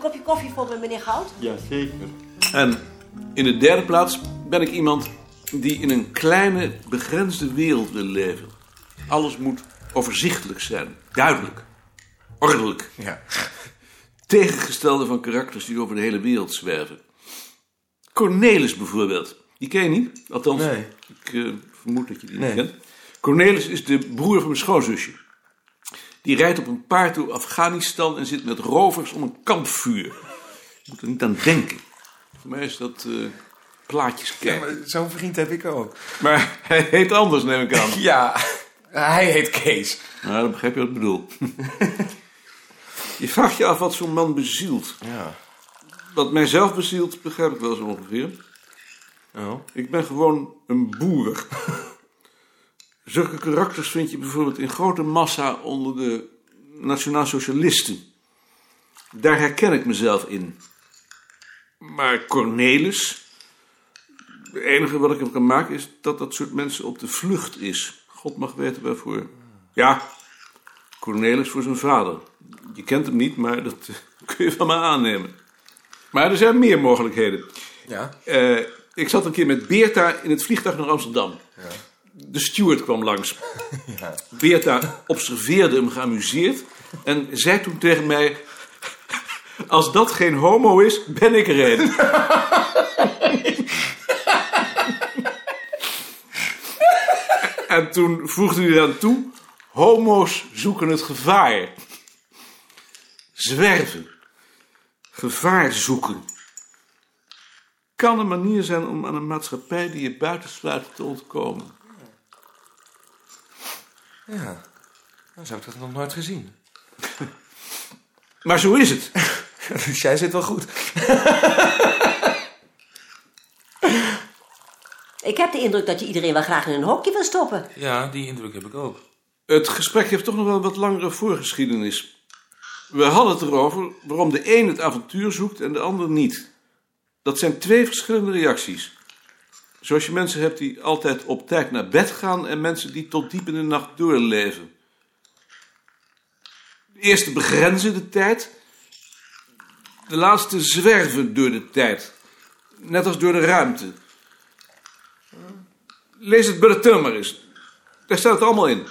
kopje koffie voor me, meneer Goud? Jazeker. En in de derde plaats ben ik iemand die in een kleine, begrensde wereld wil leven. Alles moet overzichtelijk zijn, duidelijk, ordelijk. Ja. Tegengestelde van karakters die over de hele wereld zwerven. Cornelis bijvoorbeeld. Die ken je niet? Althans, Nee. ik vermoed dat je die Nee. niet kent. Cornelis is de broer van mijn schoonzusje. Die rijdt op een paard door Afghanistan en zit met rovers om een kampvuur. Je moet er niet aan denken. Voor mij is dat plaatjes Ja, kijken. maar zo'n vriend heb ik ook. Maar hij heet anders, neem ik aan. Ja, hij heet Kees. Nou, dan begrijp je wat ik bedoel. Je vraagt je af wat zo'n man bezielt. Ja. Wat mijzelf bezielt, begrijp ik wel zo ongeveer. Oh. Ik ben gewoon een boer. Zulke karakters vind je bijvoorbeeld in grote massa onder de nationaal-socialisten. Daar herken ik mezelf in. Maar Cornelis, het enige wat ik hem kan maken is dat dat soort mensen op de vlucht is. God mag weten waarvoor. Ja, Cornelis voor zijn vader. Je kent hem niet, maar dat kun je van me aannemen. Maar er zijn meer mogelijkheden. Ja. Ik zat een keer met Beerta in het vliegtuig naar Amsterdam. Ja. De steward kwam langs. Ja. Beerta observeerde hem geamuseerd en zei toen tegen mij: als dat geen homo is, ben ik er een. En toen voegde hij eraan toe: homo's zoeken het gevaar. Zwerven. Gevaar zoeken. Kan een manier zijn om aan een maatschappij die je buitensluit te ontkomen. Ja. Dan zou ik dat nog nooit gezien. Maar zo is het. Dus jij zit wel goed. Ik heb de indruk dat je iedereen wel graag in een hokje wil stoppen. Ja, die indruk heb ik ook. Het gesprek heeft toch nog wel een wat langere voorgeschiedenis. We hadden het erover waarom de een het avontuur zoekt en de ander niet. Dat zijn twee verschillende reacties. Zoals je mensen hebt die altijd op tijd naar bed gaan en mensen die tot diep in de nacht doorleven. De eerste begrenzen de tijd. De laatste zwerven door de tijd. Net als door de ruimte. Lees het bulletin maar eens. Daar staat het allemaal in.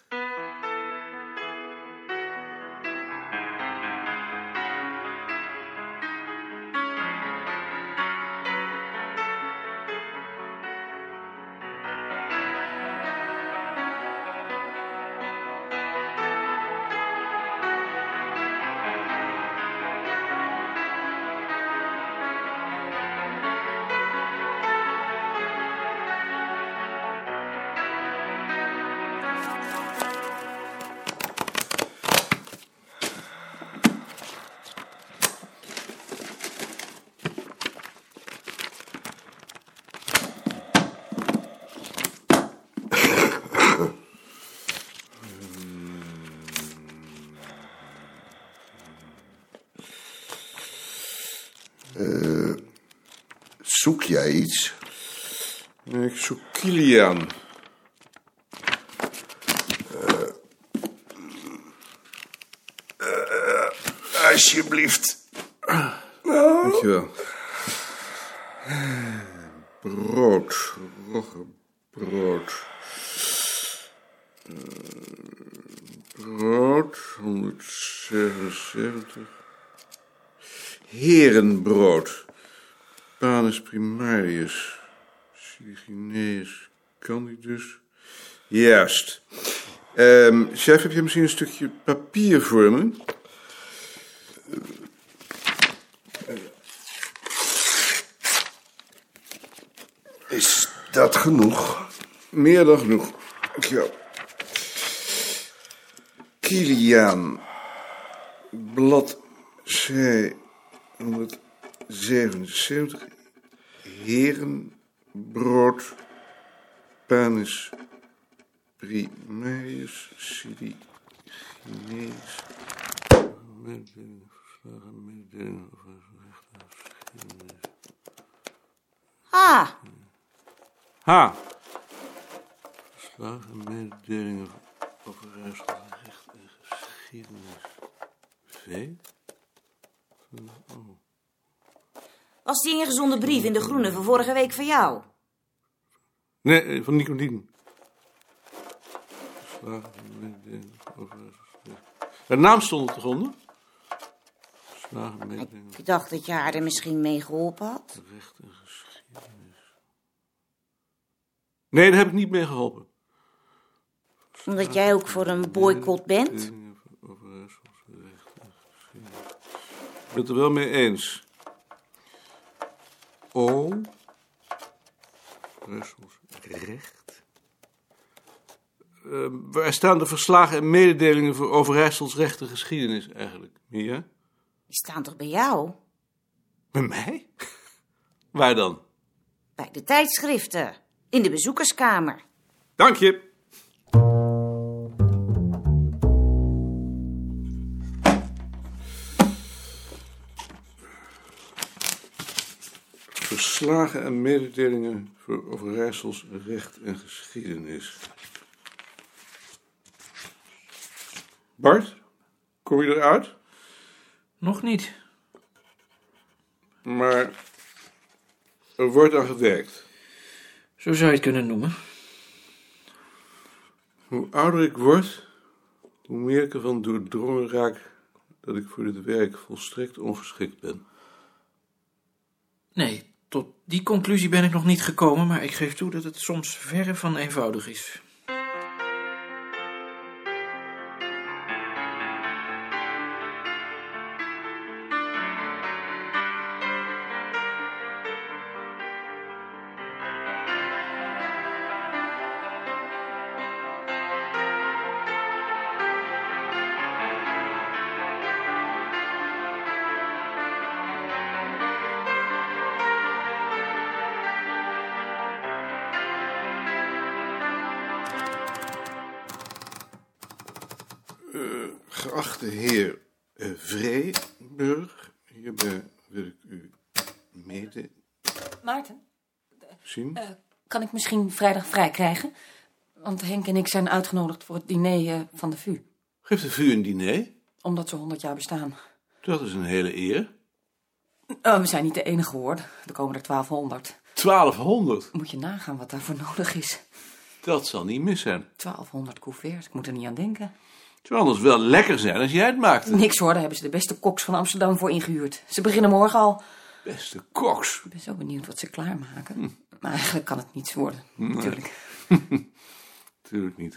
Zoek jij iets? Ik zoek Kilian. Alsjeblieft. Dankjewel. Brood. Roggebrood. Brood. 177. Herenbrood. Panus primarius. Siligineus. Candidus. Juist. Chef, heb je misschien een stukje papier voor me? Is dat genoeg? Meer dan genoeg. Dankjewel. Kilian. Bladzij 177. Herenbrood. Panus primarius. Siligineus. Mededeling over geschiedenis. Ah, Ha. Verslag en mededelingen over recht en geschiedenis. V. Was die ingezonden brief in De Groene van vorige week van jou? Nee, van Nicodien. Haar naam stond er toch onder? Ik dacht dat je haar er misschien mee geholpen had. Recht en geschiedenis. Nee, daar heb ik niet mee geholpen. Omdat jij ook voor een boycott bent? Ik ben het er wel mee eens. Brussels recht. Waar staan de verslagen en mededelingen voor Overijssels recht en geschiedenis eigenlijk? Mia? Die staan toch bij jou? Bij mij? Waar dan? Bij de tijdschriften. In de bezoekerskamer. Dank je. Verslagen en mededelingen voor Overijssels recht en geschiedenis. Bart, kom je eruit? Nog niet. Maar er wordt aan gewerkt. Zo zou je het kunnen noemen. Hoe ouder ik word, hoe meer ik ervan doordrongen raak dat ik voor dit werk volstrekt ongeschikt ben. Nee, tot die conclusie ben ik nog niet gekomen, maar ik geef toe dat het soms verre van eenvoudig is. Geachte heer Vreeburg, hierbij wil ik u mede Maarten, zien. kan ik misschien vrijdag vrij krijgen? Want Henk en ik zijn uitgenodigd voor het diner van de VU. Geeft de VU een diner? Omdat ze 100 jaar bestaan. Dat is een hele eer. We zijn niet de enige hoor. Er komen er 1200. 1200, Moet je nagaan wat daarvoor nodig is. dat zal niet mis zijn. 1200 couverts, ik moet er niet aan denken. Het zou anders wel lekker zijn als jij het maakt. Niks hoor, daar hebben ze de beste koks van Amsterdam voor ingehuurd. Ze beginnen morgen al. Beste koks. Ik ben zo benieuwd wat ze klaarmaken. Maar eigenlijk kan het niets worden, natuurlijk. Tuurlijk niet.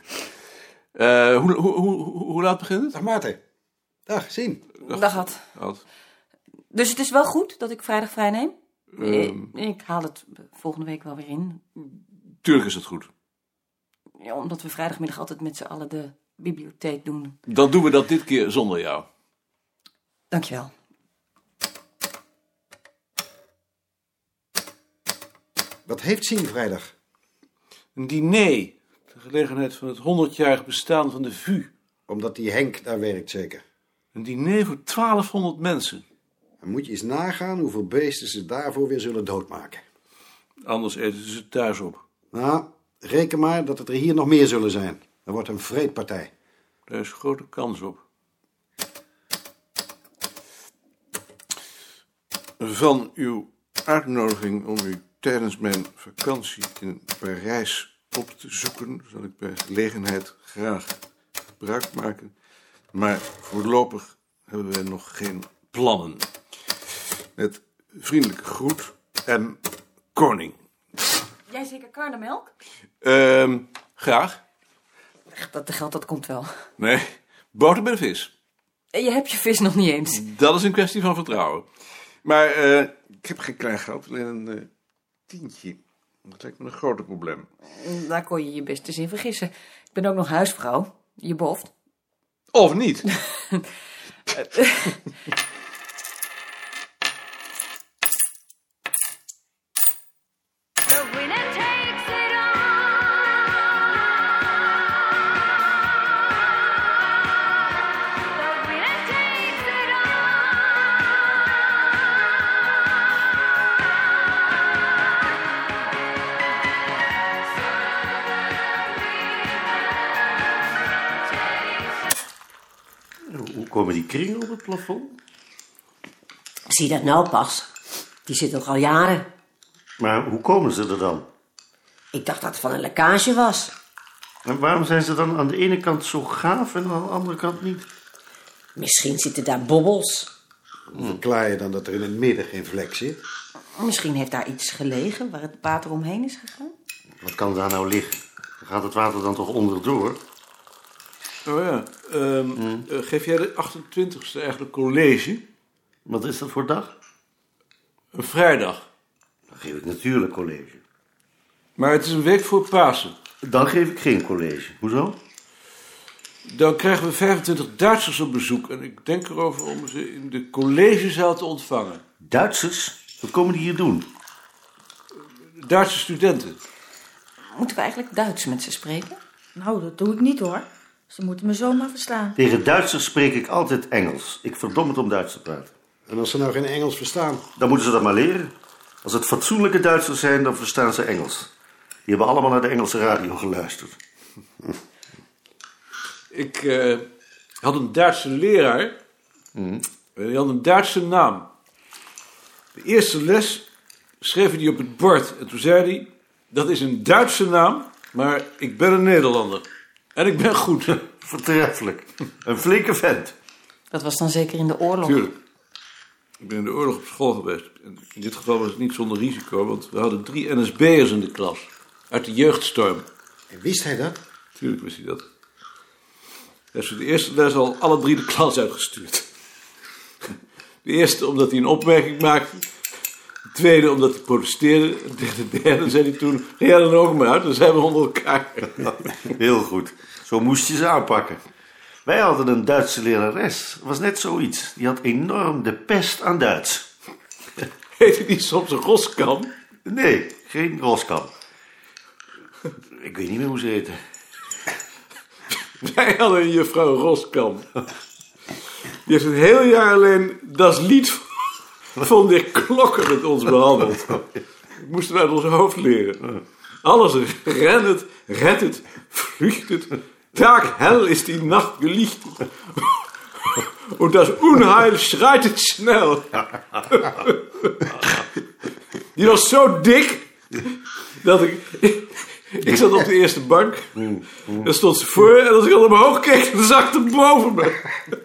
Hoe laat begint het? Dag Maarten. Dag, Sien. Dag had. Ad. Dus het is wel goed dat ik vrijdag vrij neem? Ik haal het volgende week wel weer in. Tuurlijk is het goed. Ja, omdat we vrijdagmiddag altijd met z'n allen de bibliotheek doen. Dan doen we dat dit keer zonder jou. Dankjewel. Wat heeft Sien vrijdag? Een diner. Ter gelegenheid van het 100-jarig bestaan van de VU. Omdat die Henk daar werkt, zeker. Een diner voor 1200 mensen. Dan moet je eens nagaan hoeveel beesten ze daarvoor weer zullen doodmaken. Anders eten ze het thuis op. Nou, reken maar dat het er hier nog meer zullen zijn. Dat wordt een vreedpartij. Daar is grote kans op. Van uw uitnodiging om u tijdens mijn vakantie in Parijs op te zoeken, zal ik bij gelegenheid graag gebruik maken. Maar voorlopig hebben wij nog geen plannen. Met vriendelijke groet, M. Koning. Jij zeker karnemelk? Graag. Dat geld, dat komt wel. Nee, boter bij de vis. Je hebt je vis nog niet eens. Dat is een kwestie van vertrouwen. Maar ik heb geen klein geld, alleen een tientje. Dat lijkt me een groot probleem. Daar kon je je best eens in vergissen. Ik ben ook nog huisvrouw. Je boft. Of niet? The winner takes it all. The winner takes it Hoe komen die kringen op het plafond? zie dat nou pas. Die zit nog al jaren. Maar hoe komen ze er dan? Ik dacht dat het van een lekkage was. En waarom zijn ze dan aan de ene kant zo gaaf en aan de andere kant niet? Misschien zitten daar bobbels. Verklaar je dan dat er in het midden geen vlek zit? Misschien heeft daar iets gelegen waar het water omheen is gegaan. Wat kan daar nou liggen? Gaat het water dan toch onderdoor? Oh ja, geef jij de 28e eigenlijk college? Wat is dat voor dag? Een vrijdag. Dan geef ik natuurlijk college. Maar het is een week voor Pasen. Dan geef ik geen college. Hoezo? Dan krijgen we 25 Duitsers op bezoek. En ik denk erover om ze in de collegezaal te ontvangen. Duitsers? Wat komen die hier doen? Duitse studenten. Moeten we eigenlijk Duits met ze spreken? Nou, dat doe ik niet hoor. Ze moeten me zomaar verstaan. Tegen Duitsers spreek ik altijd Engels. Ik verdom het om Duits te praten. En als ze nou geen Engels verstaan? Dan moeten ze dat maar leren. Als het fatsoenlijke Duitsers zijn, dan verstaan ze Engels. Die hebben allemaal naar de Engelse radio geluisterd. Ik had een Duitse leraar. Die had een Duitse naam. De eerste les schreef hij die op het bord. En toen zei hij, dat is een Duitse naam, maar ik ben een Nederlander. En ik ben goed. Voortreffelijk. Een flinke vent. Dat was dan zeker in de oorlog. Tuurlijk. Ik ben in de oorlog op school geweest. En in dit geval was het niet zonder risico, want we hadden 3 NSB'ers in de klas. Uit de jeugdstorm. En wist hij dat? Tuurlijk wist hij dat. Hij heeft de eerste les al alle 3 de klas uitgestuurd. De eerste omdat hij een opmerking maakte. De tweede omdat hij protesteerde. En tegen de derde zei hij toen, ga jij dan ook maar uit, dan zijn we onder elkaar. Heel goed. Zo moest je ze aanpakken. Wij hadden een Duitse lerares. Dat was net zoiets. Die had enorm de pest aan Duits. Heette die soms een Roskam? Nee, geen Roskam. Ik weet niet meer hoe ze heette. Wij hadden een juffrouw Roskam. Die heeft een heel jaar alleen dat lied van de klokken met ons behandeld. Dat moesten wij uit ons hoofd leren. Alles rennet, rettet, vluchtet. Tag hell ist die Nacht gelichtet. Und das Unheil schreitet schnell. Die was zo dik dat ik zat op de eerste bank. Daar stond ze voor en als ik al omhoog keek, dan zag ik het boven me.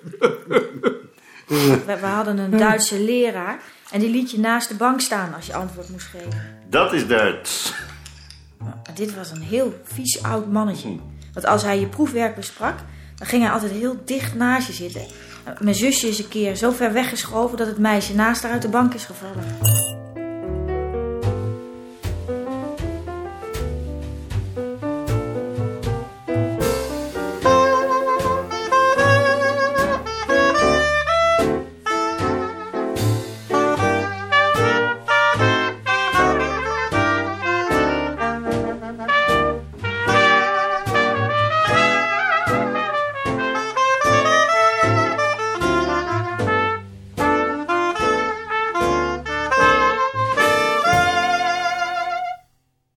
We hadden een Duitse leraar en die liet je naast de bank staan als je antwoord moest geven. Dat is Duits. Maar dit was een heel vies oud mannetje. Want als hij je proefwerk besprak, dan ging hij altijd heel dicht naast je zitten. Mijn zusje is een keer zo ver weggeschoven dat het meisje naast haar uit de bank is gevallen.